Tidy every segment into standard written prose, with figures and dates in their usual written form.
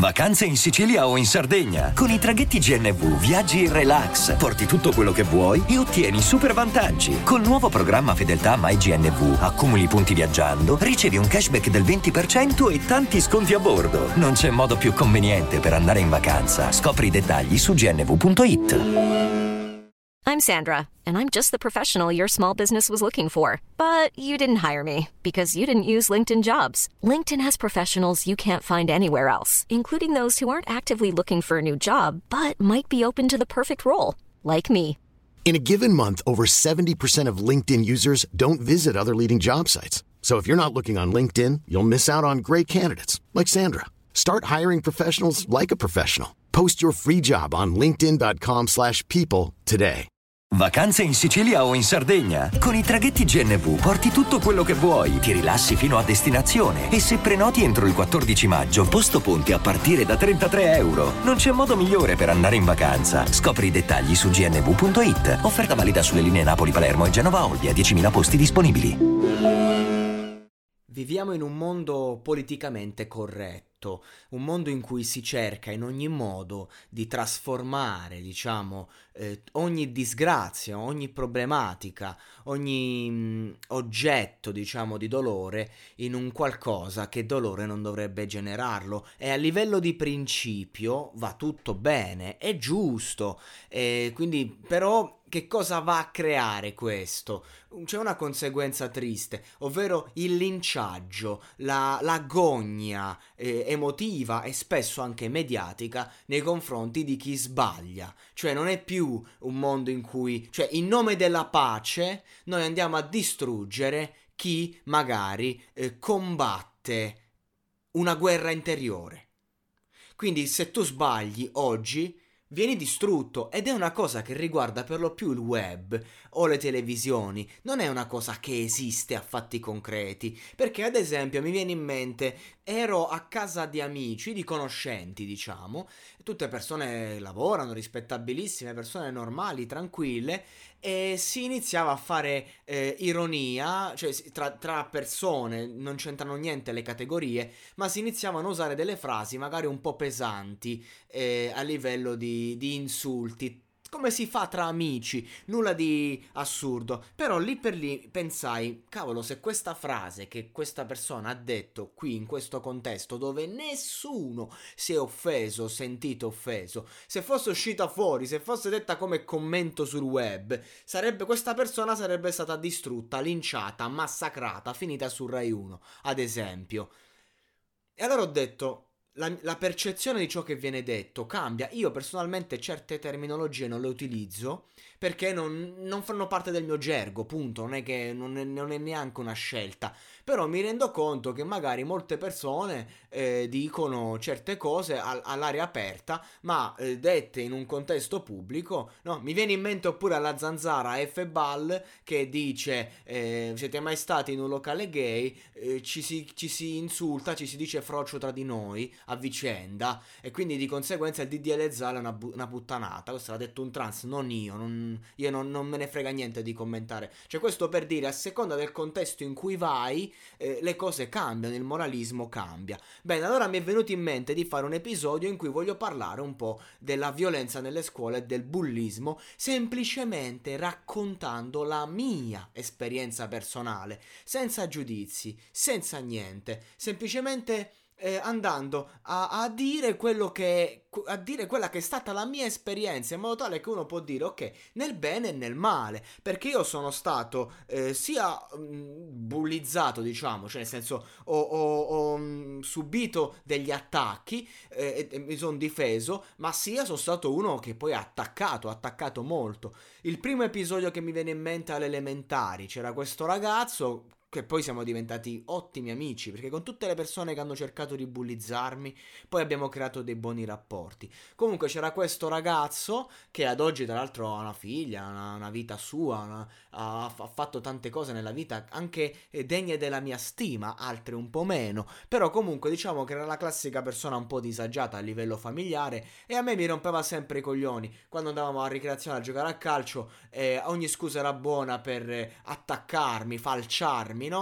Vacanze in Sicilia o in Sardegna. Con i traghetti GNV viaggi in relax, porti tutto quello che vuoi e ottieni super vantaggi. Col nuovo programma Fedeltà MyGNV accumuli punti viaggiando, ricevi un cashback del 20% e tanti sconti a bordo. Non c'è modo più conveniente per andare in vacanza. Scopri i dettagli su gnv.it. I'm Sandra, and I'm just the professional your small business was looking for. But you didn't hire me because you didn't use LinkedIn Jobs. LinkedIn has professionals you can't find anywhere else, including those who aren't actively looking for a new job, but might be open to the perfect role, like me. In a given month, over 70% of LinkedIn users don't visit other leading job sites. So if you're not looking on LinkedIn, you'll miss out on great candidates like Sandra. Start hiring professionals like a professional. Post your free job on linkedin.com/people today. Vacanze in Sicilia o in Sardegna. Con i traghetti GNV porti tutto quello che vuoi, ti rilassi fino a destinazione e se prenoti entro il 14 maggio, posto ponti a partire da €33. Non c'è modo migliore per andare in vacanza. Scopri i dettagli su gnv.it. Offerta valida sulle linee Napoli-Palermo e Genova-Olbia, 10.000 posti disponibili. Viviamo in un mondo politicamente corretto, un mondo in cui si cerca in ogni modo di trasformare, ogni disgrazia, ogni problematica, ogni oggetto, di dolore in un qualcosa che dolore non dovrebbe generarlo. E a livello di principio va tutto bene, è giusto, quindi però che cosa va a creare questo? C'è una conseguenza triste, ovvero il linciaggio, la gogna emotiva e spesso anche mediatica nei confronti di chi sbaglia. Cioè non è più un mondo in cui, in nome della pace, noi andiamo a distruggere chi magari combatte una guerra interiore. Quindi se tu sbagli oggi vieni distrutto, ed è una cosa che riguarda per lo più il web o le televisioni, non è una cosa che esiste a fatti concreti, perché ad esempio mi viene in mente, ero a casa di amici, di conoscenti tutte persone lavorano, rispettabilissime, persone normali, tranquille, e si iniziava a fare ironia, tra persone, non c'entrano niente le categorie, ma si iniziavano a usare delle frasi magari un po' pesanti a livello di insulti, come si fa tra amici, nulla di assurdo. Però lì per lì pensai, cavolo, se questa frase che questa persona ha detto qui in questo contesto dove nessuno si è offeso, sentito offeso, se fosse uscita fuori, se fosse detta come commento sul web, questa persona sarebbe stata distrutta, linciata, massacrata, finita su Rai 1, ad esempio. E allora ho detto, la percezione di ciò che viene detto cambia. Io personalmente certe terminologie non le utilizzo perché non fanno parte del mio gergo, punto. Non è che non è neanche una scelta. Però mi rendo conto che magari molte persone dicono certe cose all'aria aperta, ma dette in un contesto pubblico, no? Mi viene in mente oppure alla zanzara F. Ball che dice siete mai stati in un locale gay, ci si insulta, ci si dice frocio tra di noi a vicenda, e quindi di conseguenza il DDL Zala è una puttanata. Questo l'ha detto un trans, non io. Io non me ne frega niente di commentare. Questo per dire, a seconda del contesto in cui vai, le cose cambiano, il moralismo cambia. Bene, allora mi è venuto in mente di fare un episodio in cui voglio parlare un po' della violenza nelle scuole e del bullismo, semplicemente raccontando la mia esperienza personale, senza giudizi, senza niente, semplicemente andando a dire quella che è stata la mia esperienza, in modo tale che uno può dire ok, nel bene e nel male, perché io sono stato sia bullizzato, nel senso ho subito degli attacchi e mi sono difeso, ma sia sono stato uno che poi ha attaccato molto. Il primo episodio che mi viene in mente alle elementari, c'era questo ragazzo che poi siamo diventati ottimi amici, perché con tutte le persone che hanno cercato di bullizzarmi poi abbiamo creato dei buoni rapporti. Comunque c'era questo ragazzo che ad oggi tra l'altro ha una figlia, una vita sua, ha fatto tante cose nella vita anche degne della mia stima, altre un po' meno, però comunque diciamo che era la classica persona un po' disagiata a livello familiare, e a me mi rompeva sempre i coglioni quando andavamo a ricreazione a giocare a calcio, ogni scusa era buona per attaccarmi, falciarmi, no?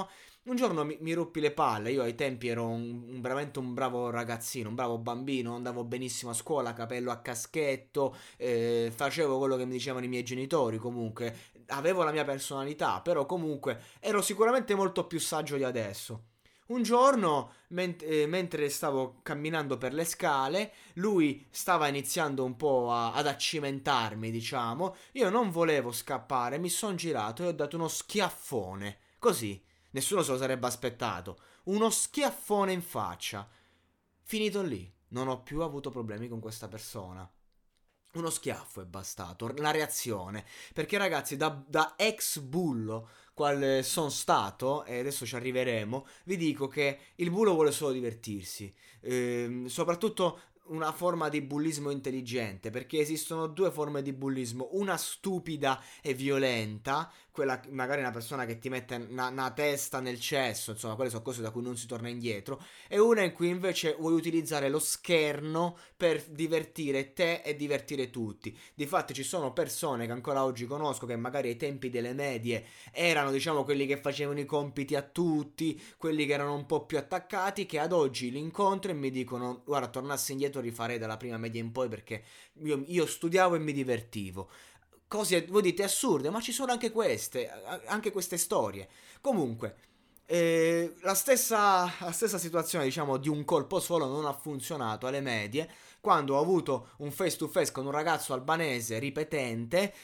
Un giorno mi ruppi le palle. Io ai tempi ero veramente un bravo ragazzino, un bravo bambino, andavo benissimo a scuola, capello a caschetto, facevo quello che mi dicevano i miei genitori, comunque avevo la mia personalità, però comunque ero sicuramente molto più saggio di adesso. Un giorno, mentre stavo camminando per le scale, lui stava iniziando un po' ad accimentarmi, diciamo. Io non volevo scappare, mi sono girato e ho dato uno schiaffone. Così, nessuno se lo sarebbe aspettato. Uno schiaffone in faccia. Finito lì, non ho più avuto problemi con questa persona. Uno schiaffo è bastato, la reazione. Perché ragazzi, da ex bullo, qual sono stato, e adesso ci arriveremo, vi dico che il bullo vuole solo divertirsi. Soprattutto una forma di bullismo intelligente, perché esistono due forme di bullismo, una stupida e violenta, quella magari una persona che ti mette una testa nel cesso, insomma quelle sono cose da cui non si torna indietro, e una in cui invece vuoi utilizzare lo scherno per divertire te e divertire tutti. Difatti ci sono persone che ancora oggi conosco che magari ai tempi delle medie erano, diciamo, quelli che facevano i compiti a tutti, quelli che erano un po' più attaccati, che ad oggi li incontro e mi dicono: guarda, tornassi indietro rifarei dalla prima media in poi perché io studiavo e mi divertivo. Cose, voi dite, assurde, ma ci sono anche queste storie. Comunque, la stessa situazione, diciamo, di un colpo solo non ha funzionato alle medie, quando ho avuto un face to face con un ragazzo albanese ripetente.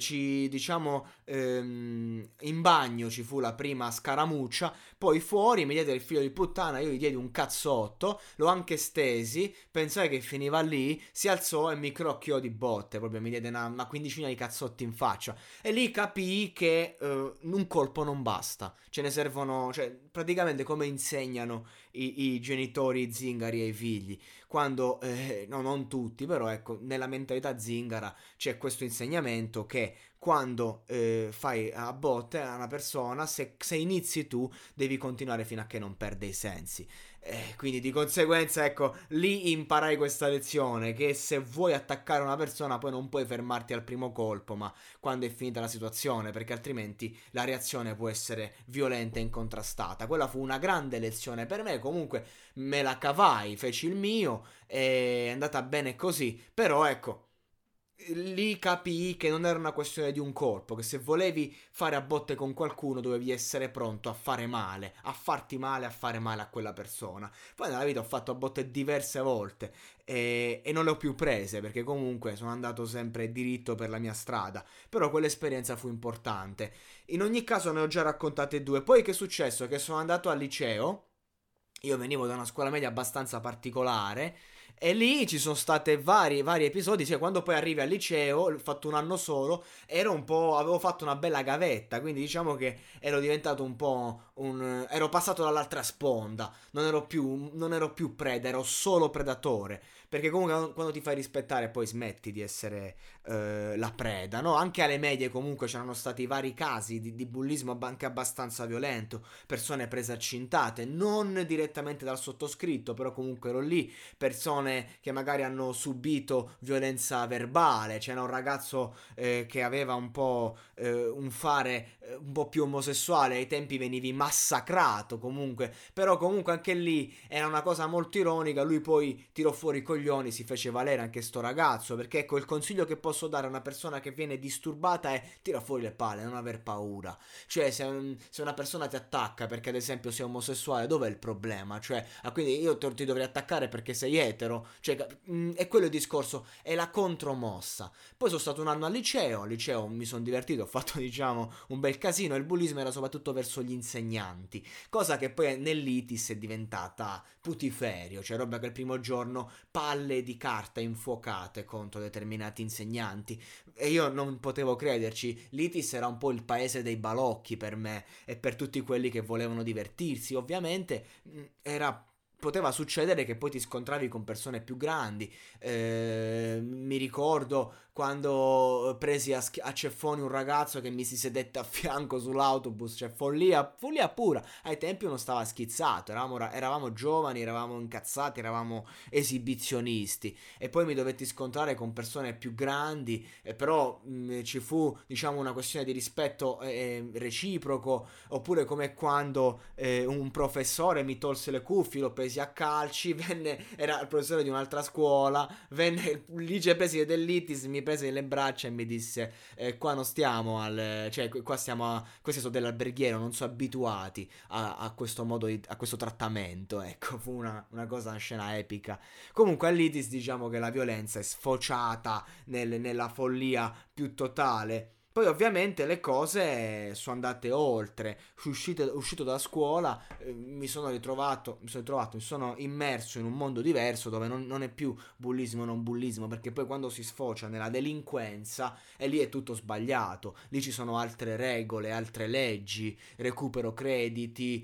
In bagno ci fu la prima scaramuccia, poi fuori mi diede il figlio di puttana, io gli diedi un cazzotto, l'ho anche stesi, pensai che finiva lì, si alzò e mi crocchiò di botte, proprio mi diede una quindicina di cazzotti in faccia, e lì capii che un colpo non basta, ce ne servono, cioè praticamente come insegnano i genitori zingari ai figli, quando, no, non tutti, però ecco, nella mentalità zingara c'è questo insegnamento che quando fai a botte a una persona, se inizi tu, devi continuare fino a che non perde i sensi. Quindi di conseguenza, ecco, lì imparai questa lezione, che se vuoi attaccare una persona poi non puoi fermarti al primo colpo, ma quando è finita la situazione, perché altrimenti la reazione può essere violenta e incontrastata. Quella fu una grande lezione per me, comunque me la cavai, feci il mio, è andata bene così, però ecco, lì capii che non era una questione di un colpo, che se volevi fare a botte con qualcuno dovevi essere pronto a fare male, a farti male, a fare male a quella persona. Poi nella vita ho fatto a botte diverse volte e non le ho più prese, perché comunque sono andato sempre diritto per la mia strada, però quell'esperienza fu importante. In ogni caso ne ho già raccontate due. Poi che è successo? Che sono andato al liceo. Io venivo da una scuola media abbastanza particolare e lì ci sono state vari episodi. Cioè, quando poi arrivi al liceo, ho fatto un anno solo, avevo fatto una bella gavetta, quindi diciamo che ero diventato un po' ero passato dall'altra sponda, non ero più preda, ero solo predatore, perché comunque quando ti fai rispettare poi smetti di essere la preda, no? Anche alle medie comunque c'erano stati vari casi di bullismo anche abbastanza violento, persone prese accintate, non direttamente dal sottoscritto, però comunque ero lì, persone che magari hanno subito violenza verbale. C'era un ragazzo che aveva un po' un fare un po' più omosessuale, ai tempi venivi massacrato comunque, però comunque anche lì era una cosa molto ironica. Lui poi tirò fuori i coglioni, si fece valere anche sto ragazzo, perché ecco, il consiglio che posso dare a una persona che viene disturbata è: tira fuori le palle, non aver paura. Cioè se una persona ti attacca perché ad esempio sei omosessuale, dov'è il problema? Cioè, quindi io ti dovrei attaccare perché sei etero, cioè, è quello il discorso, è la contromossa. Poi sono stato un anno al liceo mi sono divertito, ho fatto, diciamo, un bel casino. Il bullismo era soprattutto verso gli insegnanti, cosa che poi nell'ITIS è diventata putiferio, cioè roba che il primo giorno palle di carta infuocate contro determinati insegnanti, e io non potevo crederci. L'ITIS era un po' il paese dei balocchi per me e per tutti quelli che volevano divertirsi. Ovviamente era poteva succedere che poi ti scontravi con persone più grandi. Mi ricordo quando presi a ceffoni un ragazzo che mi si sedette a fianco sull'autobus, cioè follia pura. Ai tempi uno stava schizzato, eravamo giovani, eravamo incazzati, eravamo esibizionisti, e poi mi dovetti scontrare con persone più grandi, però ci fu, diciamo, una questione di rispetto reciproco. Oppure come quando un professore mi tolse le cuffie, lo presi a calci, era il professore di un'altra scuola, venne il vicepresidente dell'ITIS, mi prese le braccia e mi disse qua non stiamo cioè qua stiamo questi sono dell'alberghiero, non sono abituati a questo modo a questo trattamento. Ecco, fu una cosa, una scena epica. Comunque all'ITIS diciamo che la violenza è sfociata nella follia più totale. Poi ovviamente le cose sono andate oltre. Uscito da scuola, mi sono immerso in un mondo diverso, dove non è più bullismo, non bullismo, perché poi quando si sfocia nella delinquenza, e lì è tutto sbagliato. Lì ci sono altre regole, altre leggi, recupero crediti,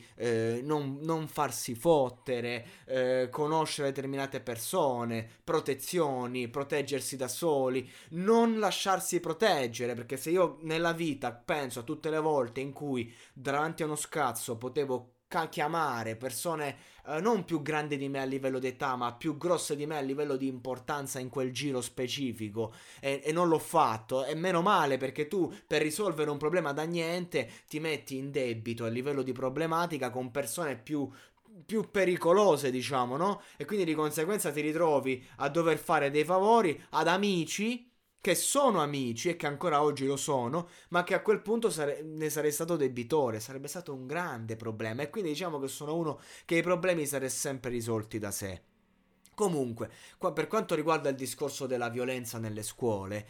non farsi fottere, conoscere determinate persone, protezioni, proteggersi da soli, non lasciarsi proteggere, perché se io nella vita penso a tutte le volte in cui davanti a uno scazzo potevo chiamare persone non più grandi di me a livello d'età, ma più grosse di me a livello di importanza in quel giro specifico, e non l'ho fatto, e meno male, perché tu per risolvere un problema da niente ti metti in debito a livello di problematica con persone più pericolose, diciamo, no? E quindi di conseguenza ti ritrovi a dover fare dei favori ad amici che sono amici e che ancora oggi lo sono, ma che a quel punto ne sarei stato debitore. Sarebbe stato un grande problema, e quindi diciamo che sono uno che i problemi sarebbe sempre risolti da sé. Comunque, per quanto riguarda il discorso della violenza nelle scuole,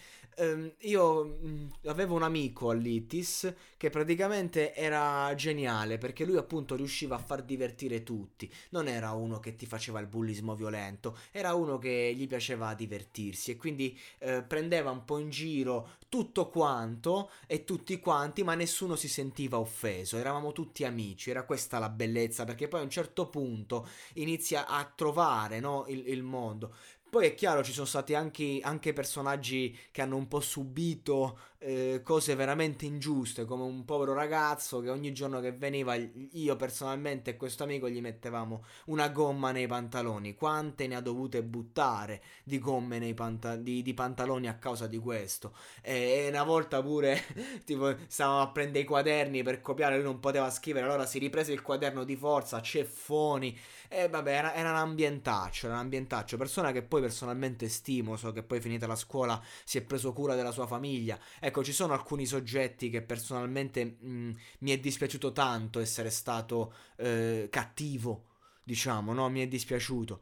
io avevo un amico all'ITIS che praticamente era geniale, perché lui appunto riusciva a far divertire tutti. Non era uno che ti faceva il bullismo violento, era uno che gli piaceva divertirsi, e quindi prendeva un po' in giro tutto quanto e tutti quanti, ma nessuno si sentiva offeso. Eravamo tutti amici, era questa la bellezza, perché poi a un certo punto inizia a trovare, no, il mondo. Poi è chiaro, ci sono stati anche personaggi che hanno un po' subito cose veramente ingiuste, come un povero ragazzo che ogni giorno che veniva, io personalmente e questo amico gli mettevamo una gomma nei pantaloni. Quante ne ha dovute buttare di gomme di pantaloni a causa di questo. E una volta pure tipo stavamo a prendere i quaderni per copiare, lui non poteva scrivere, allora si riprese il quaderno di forza, ceffoni. E vabbè, era un ambientaccio, persona che poi personalmente stimo, so che poi finita la scuola si è preso cura della sua famiglia. Ecco, ci sono alcuni soggetti che personalmente mi è dispiaciuto tanto essere stato cattivo, diciamo, no? Mi è dispiaciuto.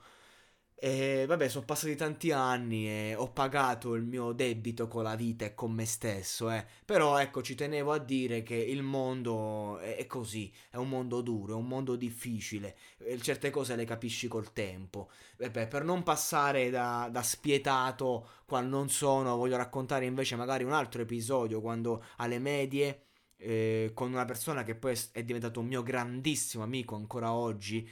E vabbè, sono passati tanti anni e ho pagato il mio debito con la vita e con me stesso, Però ecco, ci tenevo a dire che il mondo è così, è un mondo duro, è un mondo difficile, certe cose le capisci col tempo. Vabbè, per non passare da spietato qual non sono, voglio raccontare invece magari un altro episodio quando alle medie, con una persona che poi è diventato un mio grandissimo amico ancora oggi,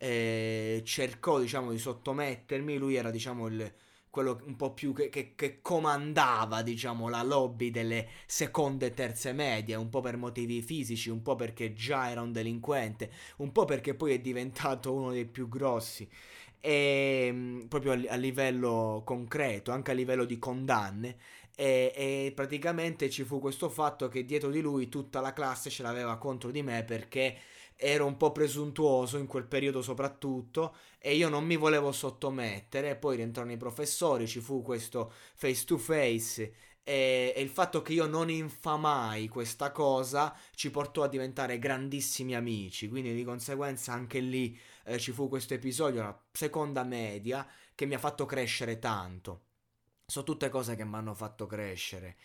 cercò, diciamo, di sottomettermi. Lui era, diciamo, quello un po' più che comandava, diciamo, la lobby delle seconde e terze medie, un po' per motivi fisici, un po' perché già era un delinquente, un po' perché poi è diventato uno dei più grossi, e proprio a livello concreto, anche a livello di condanne. E praticamente ci fu questo fatto che dietro di lui tutta la classe ce l'aveva contro di me, perché ero un po' presuntuoso in quel periodo soprattutto, e io non mi volevo sottomettere. Poi rientrarono i professori, ci fu questo face to face, e il fatto che io non infamai questa cosa ci portò a diventare grandissimi amici. Quindi di conseguenza anche lì ci fu questo episodio, la seconda media, che mi ha fatto crescere tanto. Sono tutte cose che mi hanno fatto crescere,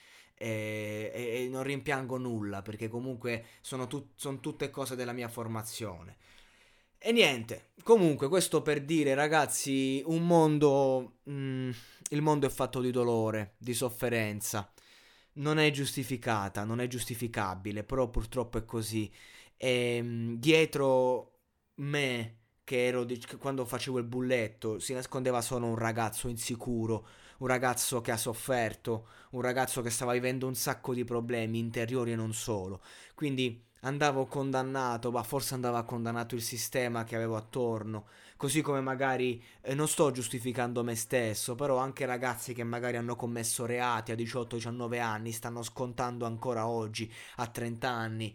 e non rimpiango nulla, perché comunque sono tutte cose della mia formazione. E niente, comunque questo per dire, ragazzi, il mondo è fatto di dolore, di sofferenza, non è giustificata, non è giustificabile, però purtroppo è così. E dietro me che quando facevo il bulletto si nascondeva solo un ragazzo insicuro, un ragazzo che ha sofferto, un ragazzo che stava vivendo un sacco di problemi interiori e non solo. Quindi andavo condannato, ma forse andava condannato il sistema che avevo attorno, così come magari, non sto giustificando me stesso, però anche ragazzi che magari hanno commesso reati a 18-19 anni stanno scontando ancora oggi a 30 anni.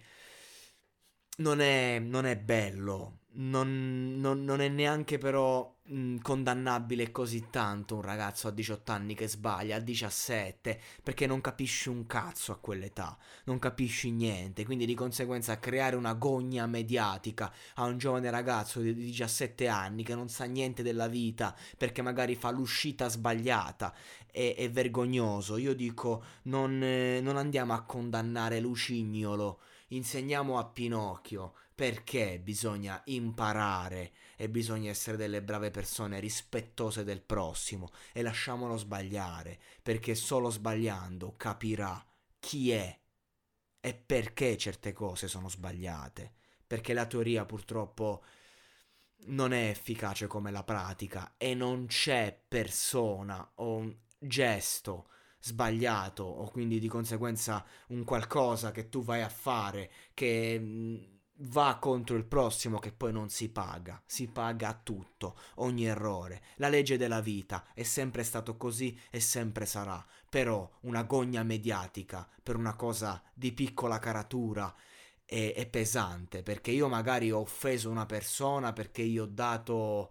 Non è bello, non è neanche però condannabile così tanto un ragazzo a 18 anni che sbaglia, a 17, perché non capisci un cazzo a quell'età, non capisci niente, quindi di conseguenza creare una gogna mediatica a un giovane ragazzo di 17 anni che non sa niente della vita perché magari fa l'uscita sbagliata è vergognoso. Io dico non andiamo a condannare Lucignolo, insegniamo a Pinocchio perché bisogna imparare e bisogna essere delle brave persone rispettose del prossimo e lasciamolo sbagliare, perché solo sbagliando capirà chi è e perché certe cose sono sbagliate, perché la teoria purtroppo non è efficace come la pratica e non c'è persona o un gesto sbagliato o quindi di conseguenza un qualcosa che tu vai a fare che va contro il prossimo che poi non si paga a tutto, ogni errore. La legge della vita è sempre stato così e sempre sarà, però una gogna mediatica per una cosa di piccola caratura è pesante, perché io magari ho offeso una persona perché gli ho dato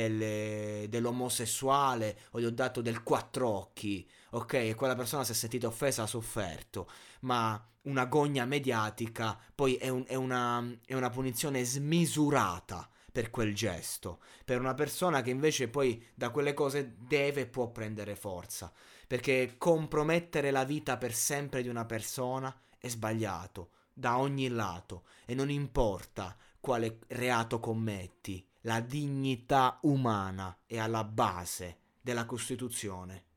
dell'omosessuale o gli ho dato del quattro occhi, ok? E quella persona si è sentita offesa, ha sofferto, ma una gogna mediatica poi è una punizione smisurata per quel gesto, per una persona che invece poi da quelle cose deve e può prendere forza, perché compromettere la vita per sempre di una persona è sbagliato da ogni lato e non importa quale reato commetti, la dignità umana è alla base della Costituzione.